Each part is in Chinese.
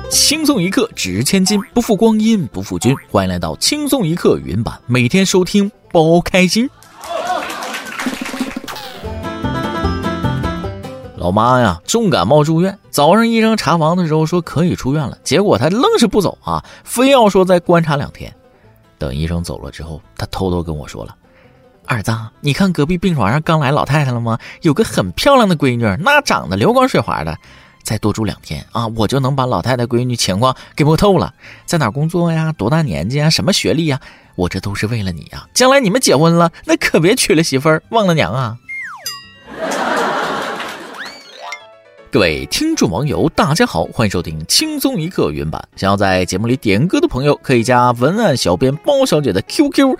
轻松一刻值千金，不负光阴不负君。欢迎来到轻松一刻云版，每天收听包开心。老妈呀，重感冒住院，早上医生查房的时候说可以出院了，结果他愣是不走啊，非要说再观察2天。等医生走了之后，他偷偷跟我说了：“儿子，你看隔壁病床上刚来老太太了吗？有个很漂亮的闺女，那长得流光水滑的。再多住2天啊，我就能把老太太闺女情况给摸透了。在哪工作呀？多大年纪啊？什么学历呀？我这都是为了你呀！将来你们结婚了，那可别娶了媳妇儿忘了娘啊！”各位听众网友大家好，欢迎收听轻松一刻云版。想要在节目里点歌的朋友，可以加文案小编包小姐的 QQ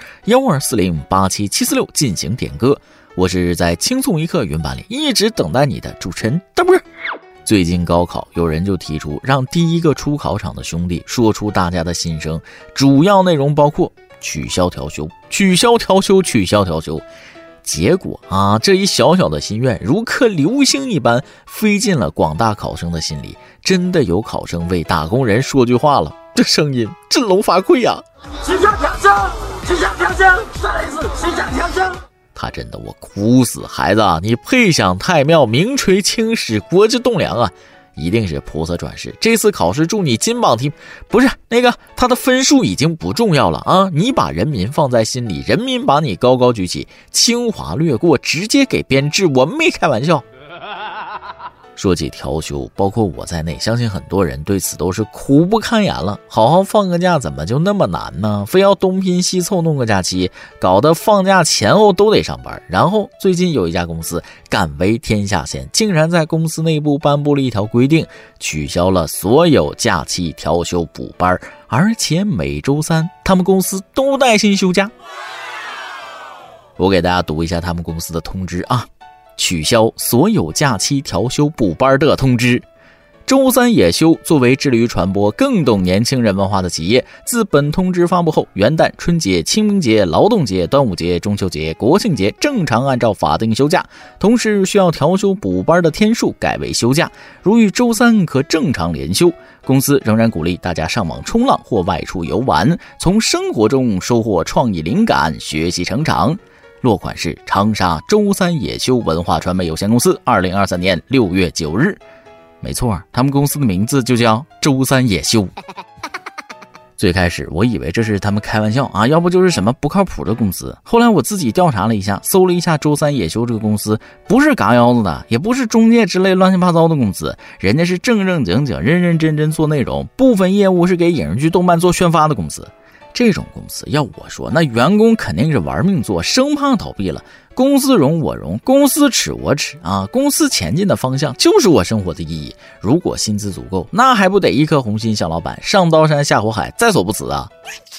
12408776进行点歌。我是在轻松一刻云版里一直等待你的主持人大波。最近高考，有人就提出让第一个出考场的兄弟说出大家的心声，主要内容包括取消调休，取消调休，取消调休。结果啊，这一小小的心愿如颗流星一般飞进了广大考生的心里，真的有考生为打工人说句话了，这声音振聋发聩呀！取消调休，取消调休，再来一次，取消调休。他真的我哭死，孩子你配享太庙，名垂青史，国之栋梁啊！一定是菩萨转世，这次考试祝你金榜题，不是那个他的分数已经不重要了啊！你把人民放在心里，人民把你高高举起，清华略过，直接给编制，我没开玩笑。说起调休，包括我在内，相信很多人对此都是苦不堪言了。好好放个假怎么就那么难呢？非要东拼西凑弄个假期，搞得放假前后都得上班。然后最近有一家公司敢为天下先，竟然在公司内部颁布了一条规定，取消了所有假期调休补班，而且每周3他们公司都带薪休假。我给大家读一下他们公司的通知啊。取消所有假期调休补班的通知。周3也休作为致力于传播更懂年轻人文化的企业，自本通知发布后，元旦、春节、清明节、劳动节、端午节、中秋节、国庆节正常按照法定休假，同时需要调休补班的天数改为休假，如遇周3可正常连休。公司仍然鼓励大家上网冲浪或外出游玩，从生活中收获创意灵感，学习成长。落款是长沙周3也休文化传媒有限公司，2023年6月9日。没错，他们公司的名字就叫周3也休。最开始我以为这是他们开玩笑啊，要不就是什么不靠谱的公司。后来我自己调查了一下，搜了一下周3也休这个公司，不是嘎腰子的，也不是中介之类乱七八糟的公司，人家是正正经经认认真真做内容，部分业务是给影视剧动漫做宣发的公司。这种公司要我说，那员工肯定是玩命做，生怕倒闭了。公司荣我荣，公司耻我耻啊！公司前进的方向就是我生活的意义。如果薪资足够，那还不得一颗红心向老板，上刀山下火海，在所不辞啊！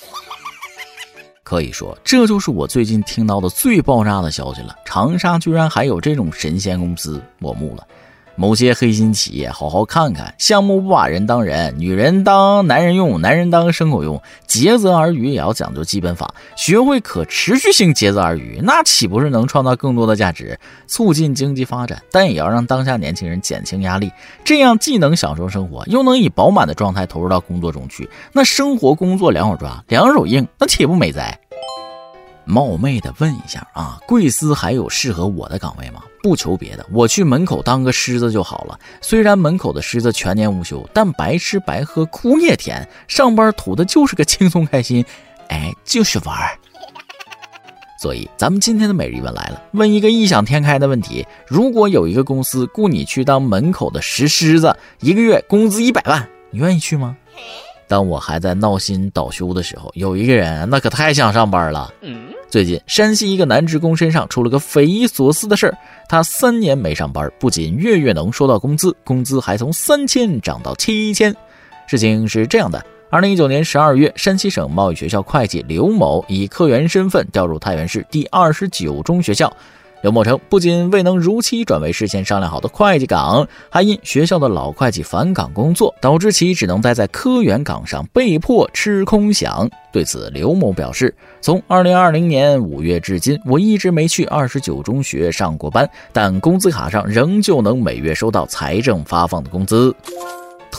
可以说，这就是我最近听到的最爆炸的消息了。长沙居然还有这种神仙公司，我木了。某些黑心企业好好看看，项目不把人当人，女人当男人用，男人当牲口用，竭泽而渔也要讲究基本法，学会可持续性竭泽而渔，那岂不是能创造更多的价值，促进经济发展，但也要让当下年轻人减轻压力，这样既能享受生活，又能以饱满的状态投入到工作中去，那生活工作两手抓，两手硬，那岂不美哉？冒昧的问一下啊，贵司还有适合我的岗位吗？不求别的，我去门口当个狮子就好了。虽然门口的狮子全年无休，但白吃白喝苦也甜，上班图的就是个轻松开心，就是玩。所以咱们今天的每日一问来了，问一个异想天开的问题：如果有一个公司雇你去当门口的石狮子，1个月工资100万，你愿意去吗？当我还在闹心倒休的时候，有一个人那可太想上班了。最近山西一个男职工身上出了个匪夷所思的事儿，他3年没上班，不仅月月能收到工资，工资还从3000涨到7000。事情是这样的，2019年12月，山西省贸易学校会计刘某以科员身份调入太原市第29中学校。刘某称，不仅未能如期转为事先商量好的会计岗，还因学校的老会计返岗工作，导致其只能待在科员岗上，被迫吃空饷。对此，刘某表示，从2020年5月至今，我一直没去29中学上过班，但工资卡上仍旧能每月收到财政发放的工资。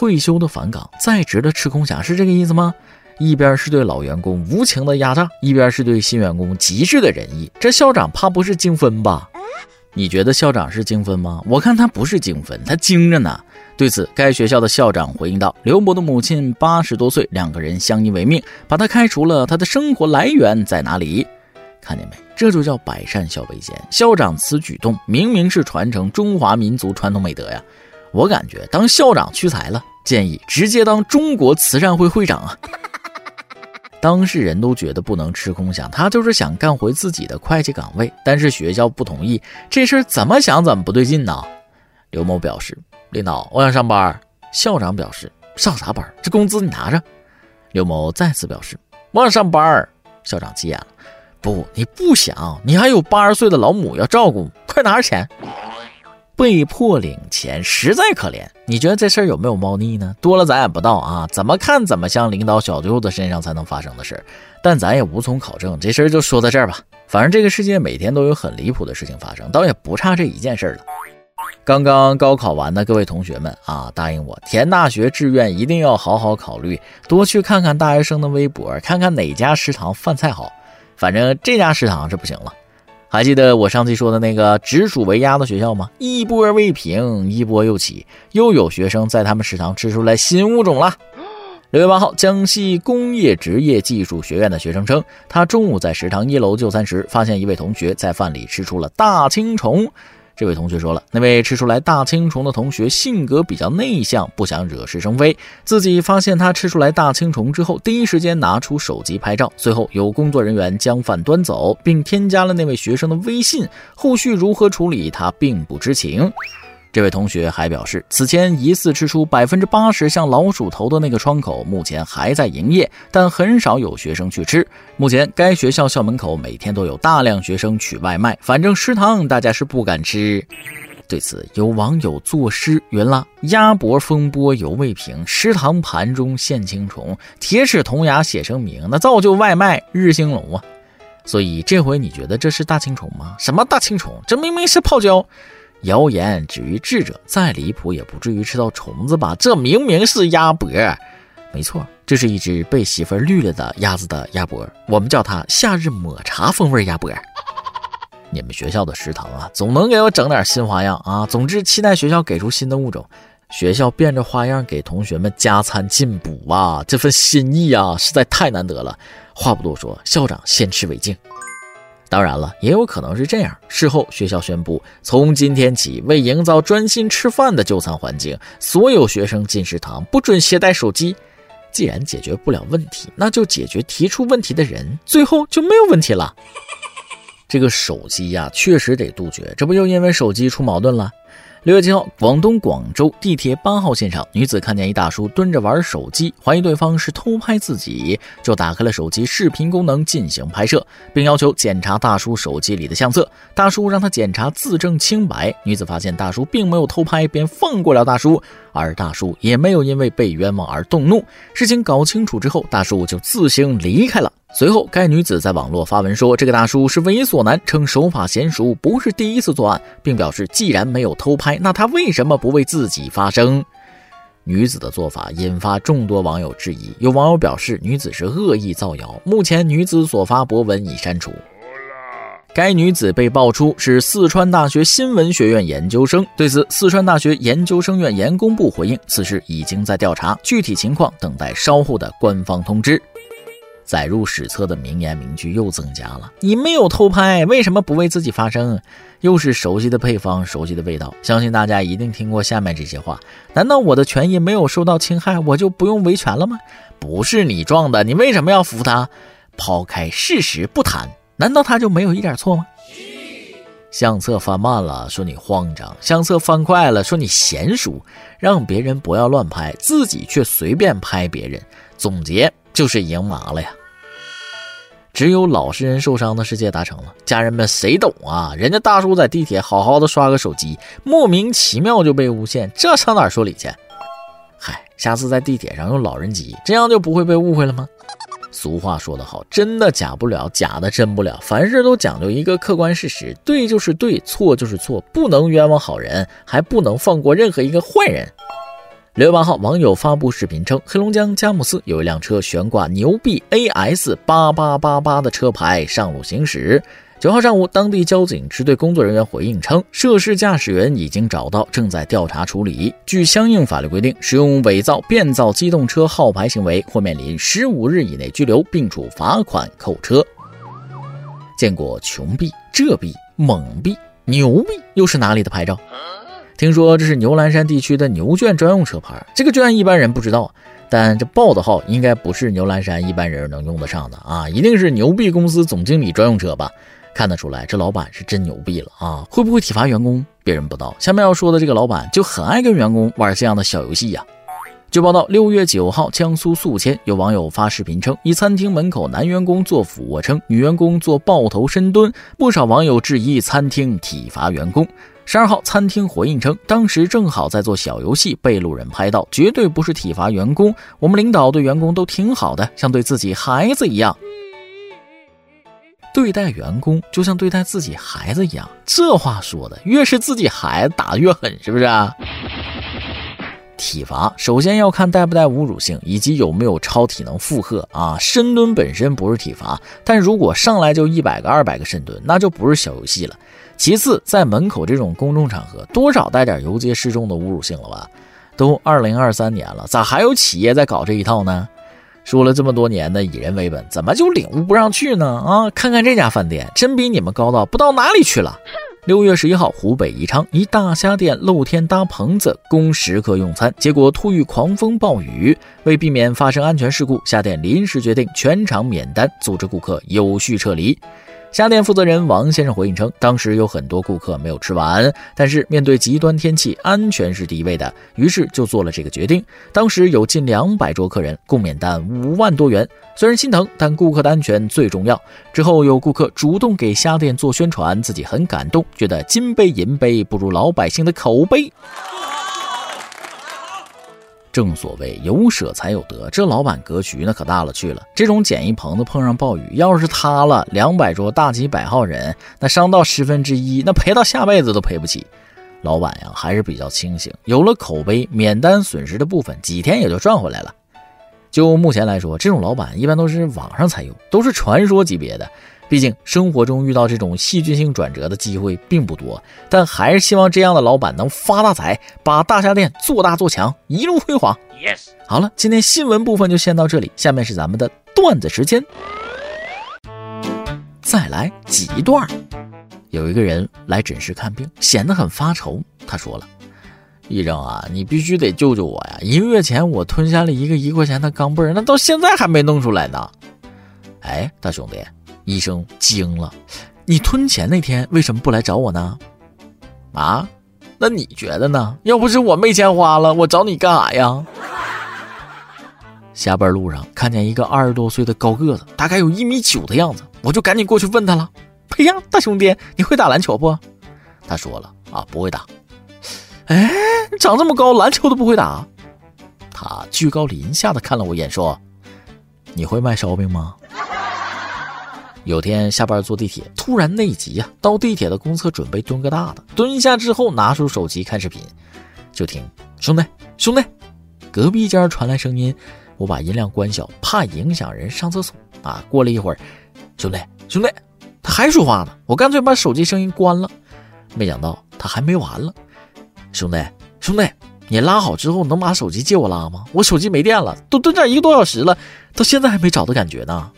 退休的返岗，在职的吃空饷，是这个意思吗？一边是对老员工无情的压榨，一边是对新员工极致的仁义，这校长怕不是精分吧？你觉得校长是精分吗？我看他不是精分，他精着呢。对此，该学校的校长回应道，刘某的母亲80多岁，两个人相依为命，把他开除了，他的生活来源在哪里？看见没？这就叫百善孝为先。校长此举动明明是传承中华民族传统美德呀。我感觉当校长屈才了，建议直接当中国慈善会会长啊。当事人都觉得不能吃空饷，他就是想干回自己的会计岗位，但是学校不同意，这事儿怎么想怎么不对劲呢？刘某表示，领导，我想上班。校长表示，上啥班？这工资你拿着。刘某再次表示，我想上班。校长急眼了，不，你不想，你还有80岁的老母要照顾，快拿着钱。被迫领钱实在可怜，你觉得这事儿有没有猫腻呢？多了咱也不知道啊，怎么看怎么像领导小舅子身上才能发生的事儿，但咱也无从考证，这事儿就说到这儿吧。反正这个世界每天都有很离谱的事情发生，倒也不差这一件事了。刚刚高考完的各位同学们啊，答应我填大学志愿一定要好好考虑，多去看看大学生的微博，看看哪家食堂饭菜好，反正这家食堂是不行了。还记得我上期说的那个直属为鸭的学校吗？一波未平，一波又起，又有学生在他们食堂吃出来新物种了。6月8号，江西工业职业技术学院的学生称，他中午在食堂1楼就餐时，发现一位同学在饭里吃出了大青虫。这位同学说了，那位吃出来大青虫的同学性格比较内向，不想惹是生非，自己发现他吃出来大青虫之后，第一时间拿出手机拍照，随后有工作人员将饭端走，并添加了那位学生的微信，后续如何处理他并不知情。这位同学还表示，此前疑似吃出80%像老鼠头的那个窗口目前还在营业，但很少有学生去吃。目前该学校校门口每天都有大量学生取外卖，反正食堂大家是不敢吃。对此，有网友作诗云了：鸭脖风波犹未平，食堂盘中现青虫，铁齿铜牙写声明，那造就外卖日兴隆啊！所以这回你觉得这是大青虫吗？什么大青虫？这明明是泡椒。谣言止于智者，再离谱也不至于吃到虫子吧？这明明是鸭脖。没错，这是一只被媳妇绿了的鸭子的鸭脖，我们叫它夏日抹茶风味鸭脖。你们学校的食堂啊，总能给我整点新花样啊！总之，期待学校给出新的物种，学校变着花样给同学们加餐进补啊！这份心意啊，实在太难得了。话不多说，校长先吃为敬。当然了，也有可能是这样，事后学校宣布，从今天起，为营造专心吃饭的就餐环境，所有学生进食堂不准携带手机。既然解决不了问题，那就解决提出问题的人，最后就没有问题了。这个手机呀，确实得杜绝，这不又因为手机出矛盾了。6月7号，广东广州地铁8号线上，女子看见一大叔蹲着玩手机，怀疑对方是偷拍自己，就打开了手机视频功能进行拍摄，并要求检查大叔手机里的相册。大叔让他检查自证清白，女子发现大叔并没有偷拍，便放过了大叔，而大叔也没有因为被冤枉而动怒。事情搞清楚之后，大叔就自行离开了。随后该女子在网络发文说，这个大叔是猥琐男，称手法娴熟，不是第一次作案，并表示既然没有偷拍，那他为什么不为自己发声？女子的做法引发众多网友质疑，有网友表示女子是恶意造谣，目前女子所发博文已删除。该女子被爆出是四川大学新闻学院研究生，对此四川大学研究生院研工部回应，此事已经在调查，具体情况等待稍后的官方通知。载入史册的名言名句又增加了，你没有偷拍，为什么不为自己发声？又是熟悉的配方，熟悉的味道，相信大家一定听过下面这些话。难道我的权益没有受到侵害，我就不用维权了吗？不是你撞的，你为什么要扶他？抛开事实不谈，难道他就没有一点错吗？相册翻慢了，说你慌张；相册翻快了，说你娴熟。让别人不要乱拍，自己却随便拍别人，总结就是赢麻了呀。只有老实人受伤的世界达成了，家人们谁懂啊？人家大叔在地铁好好的刷个手机，莫名其妙就被诬陷，这上哪儿说理去？嗨，下次在地铁上用老人机，这样就不会被误会了吗？俗话说得好，真的假不了，假的真不了，凡事都讲究一个客观事实，对就是对，错就是错，不能冤枉好人，还不能放过任何一个坏人。 6月8号，网友发布视频称，黑龙江佳木斯有一辆车悬挂牛币 AS8888 的车牌上路行驶。9号上午，当地交警支队工作人员回应称，涉事驾驶员已经找到，正在调查处理。据相应法律规定，使用伪造、变造机动车号牌行为或面临15日以内拘留，并处罚款扣车。见过穷币、这币、蒙币、牛币，又是哪里的牌照？听说这是牛栏山地区的牛圈专用车牌，这个居然一般人不知道，但这报的号应该不是牛栏山一般人能用得上的啊，一定是牛币公司总经理专用车吧？看得出来，这老板是真牛逼了啊！会不会体罚员工？别人不知道。下面要说的这个老板就很爱跟员工玩这样的小游戏呀。据报道，6月9号，江苏宿迁有网友发视频称，一餐厅门口男员工做俯卧撑，女员工做抱头深蹲，不少网友质疑餐厅体罚员工。12号，餐厅回应称，当时正好在做小游戏，被路人拍到，绝对不是体罚员工，我们领导对员工都挺好的，像对自己孩子一样。对待员工就像对待自己孩子一样，这话说的越是自己孩子打得越狠，是不是啊？体罚首先要看带不带侮辱性，以及有没有超体能负荷啊。深蹲本身不是体罚，但如果上来就100个200个深蹲，那就不是小游戏了。其次，在门口这种公众场合，多少带点游街示众的侮辱性了吧？都2023年了，咋还有企业在搞这一套呢？说了这么多年的以人为本，怎么就领悟不上去呢？啊，看看这家饭店，真比你们高到不到哪里去了。6月11号，湖北宜昌一大虾店露天搭棚子供食客用餐，结果突遇狂风暴雨，为避免发生安全事故，虾店临时决定全场免单，组织顾客有序撤离。虾店负责人王先生回应称，当时有很多顾客没有吃完，但是面对极端天气，安全是第一位的，于是就做了这个决定。当时有近200桌客人，共免单5万多元。虽然心疼，但顾客的安全最重要。之后有顾客主动给虾店做宣传，自己很感动，觉得金杯银杯不如老百姓的口碑。正所谓有舍才有得，这老板格局那可大了去了。这种简易棚子碰上暴雨，要是塌了，200桌大几百号人，那伤到1/10，那赔到下辈子都赔不起。老板呀还是比较清醒，有了口碑，免单损失的部分几天也就赚回来了。就目前来说，这种老板一般都是网上才有，都是传说级别的。毕竟生活中遇到这种戏剧性转折的机会并不多，但还是希望这样的老板能发大财，把大虾店做大做强，一路辉煌。Yes。好了，今天新闻部分就先到这里，下面是咱们的段子时间。再来几段。有一个人来诊室看病，显得很发愁。他说了：“医生啊，你必须得救救我呀！1个月前我吞下了一个1块钱的钢镚，那到现在还没弄出来呢。”哎，大兄弟。医生惊了，你吞钱那天为什么不来找我呢？啊，那你觉得呢？要不是我没钱花了，我找你干啥呀？下班路上看见一个20多岁的高个子，大概有1.9米的样子，我就赶紧过去问他了：“哎呀，大兄弟，你会打篮球不？”他说了：“啊，不会打。”哎，你长这么高，篮球都不会打？他居高临下的看了我一眼，说：“你会卖烧饼吗？”有天下班坐地铁，突然内急啊，到地铁的公厕准备蹲个大的，蹲下之后拿出手机看视频，就听兄弟，隔壁间传来声音，我把音量关小，怕影响人上厕所啊。过了一会儿，兄弟，他还说话呢，我干脆把手机声音关了，没想到他还没完了。兄弟，你拉好之后能把手机借我拉吗？我手机没电了，都蹲这1个多小时了，到现在还没找到感觉呢。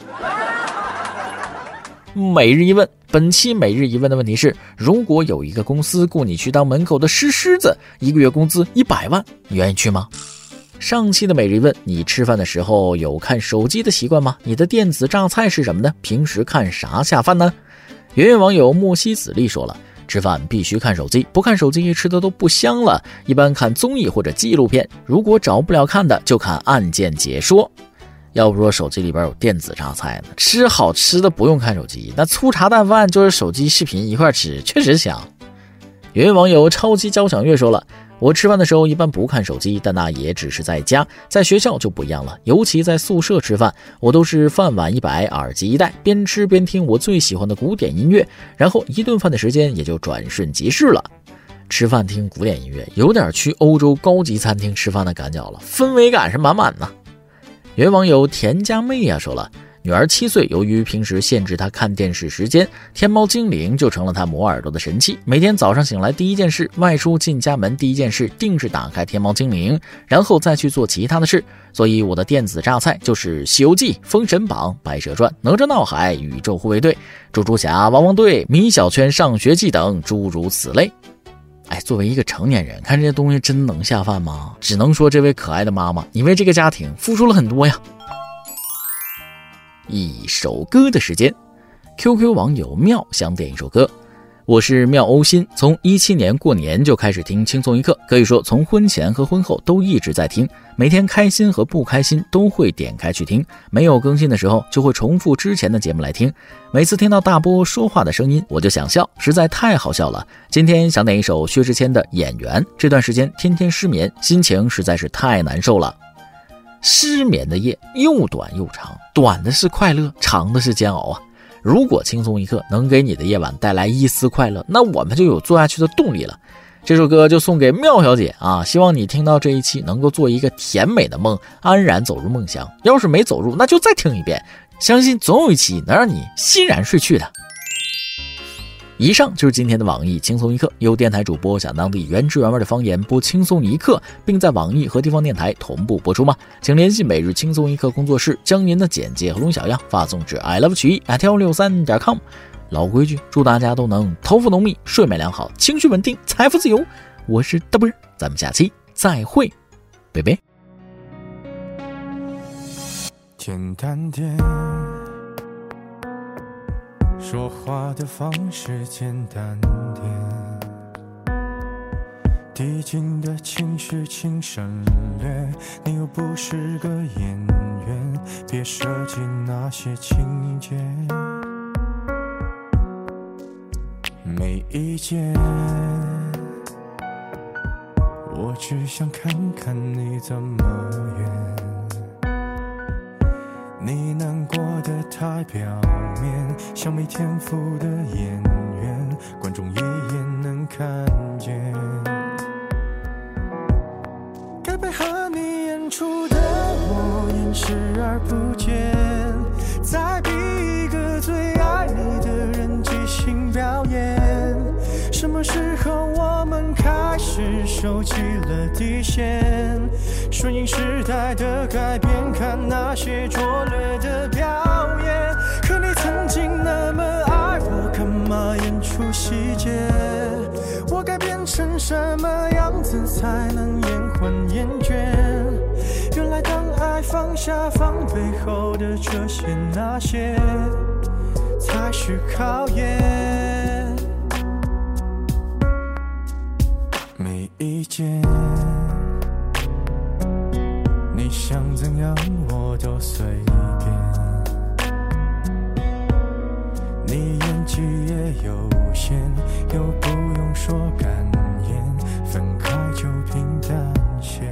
每日一问，本期每日一问的问题是：如果有一个公司雇你去当门口的石狮子，1个月工资100万，你愿意去吗？上期的每日一问，你吃饭的时候有看手机的习惯吗？你的电子榨菜是什么呢？平时看啥下饭呢？圆圆网友莫西子力说了，吃饭必须看手机，不看手机吃的都不香了，一般看综艺或者纪录片，如果找不了看的就看案件解说。要不说手机里边有电子榨菜呢，吃好吃的不用看手机，那粗茶淡饭就是手机视频一块吃，确实香。有位网友超级交响乐说了，我吃饭的时候一般不看手机，但那也只是在家，在学校就不一样了，尤其在宿舍吃饭，我都是饭碗一摆，耳机一戴，边吃边听我最喜欢的古典音乐，然后一顿饭的时间也就转瞬即逝了。 吃饭听古典音乐，有点去欧洲高级餐厅吃饭的感觉了，氛围感是满满的。有位网友田家妹说了，女儿7岁，由于平时限制她看电视时间，天猫精灵就成了她磨耳朵的神器。每天早上醒来第一件事，外出进家门第一件事，定是打开天猫精灵，然后再去做其他的事。所以我的电子榨菜就是《西游记》《封神榜》《白蛇传》《哪吒闹海》《宇宙护卫队》《猪猪侠》《汪汪队》《米小圈上学记》等诸如此类。作为一个成年人，看这些东西真能下饭吗？只能说这位可爱的妈妈，你为这个家庭付出了很多呀。一首歌的时间 ，QQ 网友妙想点一首歌。我是妙欧心，从17年过年就开始听轻松一刻，可以说从婚前和婚后都一直在听，每天开心和不开心都会点开去听，没有更新的时候就会重复之前的节目来听。每次听到大波说话的声音我就想笑，实在太好笑了。今天想点一首薛之谦的《演员》，这段时间天天失眠，心情实在是太难受了。失眠的夜又短又长，短的是快乐，长的是煎熬啊。如果轻松一刻能给你的夜晚带来一丝快乐，那我们就有做下去的动力了。这首歌就送给妙小姐啊，希望你听到这一期能够做一个甜美的梦，安然走入梦乡。要是没走入，那就再听一遍，相信总有一期能让你欣然睡去的。以上就是今天的网易轻松一刻，由电台主播讲当地原汁原味的方言播轻松一刻，并在网易和地方电台同步播出吗？请联系每日轻松一刻工作室，将您的简介和录小样发送至 iLoveChi@163.com。老规矩，祝大家都能头发浓密，睡眠良好，情绪稳定，财富自由。我是大波，咱们下期再会，拜拜。 简单点，说话的方式简单点，递进的情绪请省略，你又不是个演员，别设计那些情节。没意见，我只想看看你怎么演。你难过的太表面，像没天赋的演员，观众一眼能看见。该配合你演出的我演视而不见，再逼一个最爱你的人即兴表演。什么时候我们开始收起了底线，顺应时代的改变，看那些拙劣的表演。可你曾经那么爱我，干嘛演出细节？我该变成什么样子才能延缓厌倦？原来当爱放下放背后的这些那些才是考验。没意见，你想怎样我都随便。你演技也有限，又不用说感言，分开就平淡些。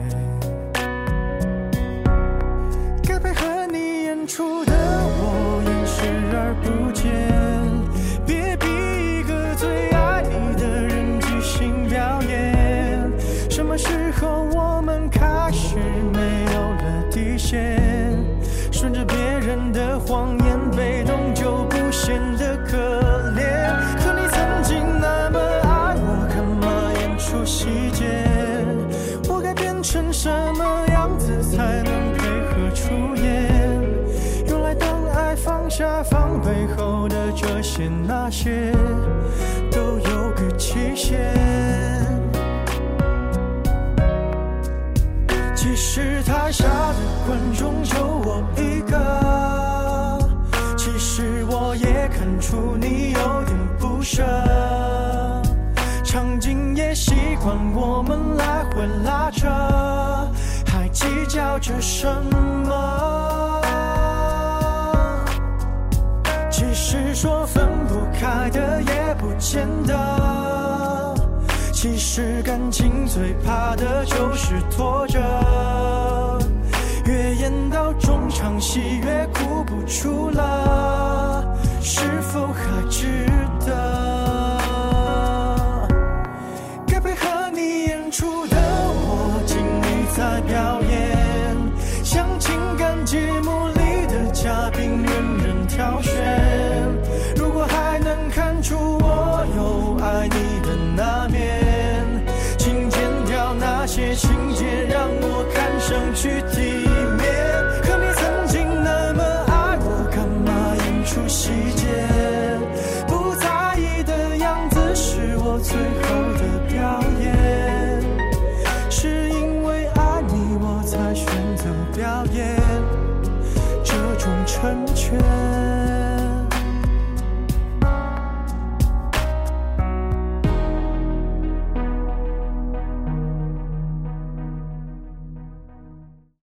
该配合你演出的我演视而不见，别逼一个最爱你的人即兴表演。什么时候我们开始没有了底线，顺着别人的谎言，被动就不显得可怜。可你曾经那么爱我，干嘛演出细节？我该变成什么样子才能配合出演？原来当爱放下放背后的这些那些都有个期限。其实台下的观众就我一个，其实我也看出你有点不舍，场景也习惯我们来回拉扯，还计较着什么？其实说分不开的也不见得，其实感情最怕的就是拖着，越演到中场戏越哭不出了，是否还值得？该配去体面。可你曾经那么爱我，干嘛演出细节？不在意的样子是我最后的表演，是因为爱你我才选择表演这种成全。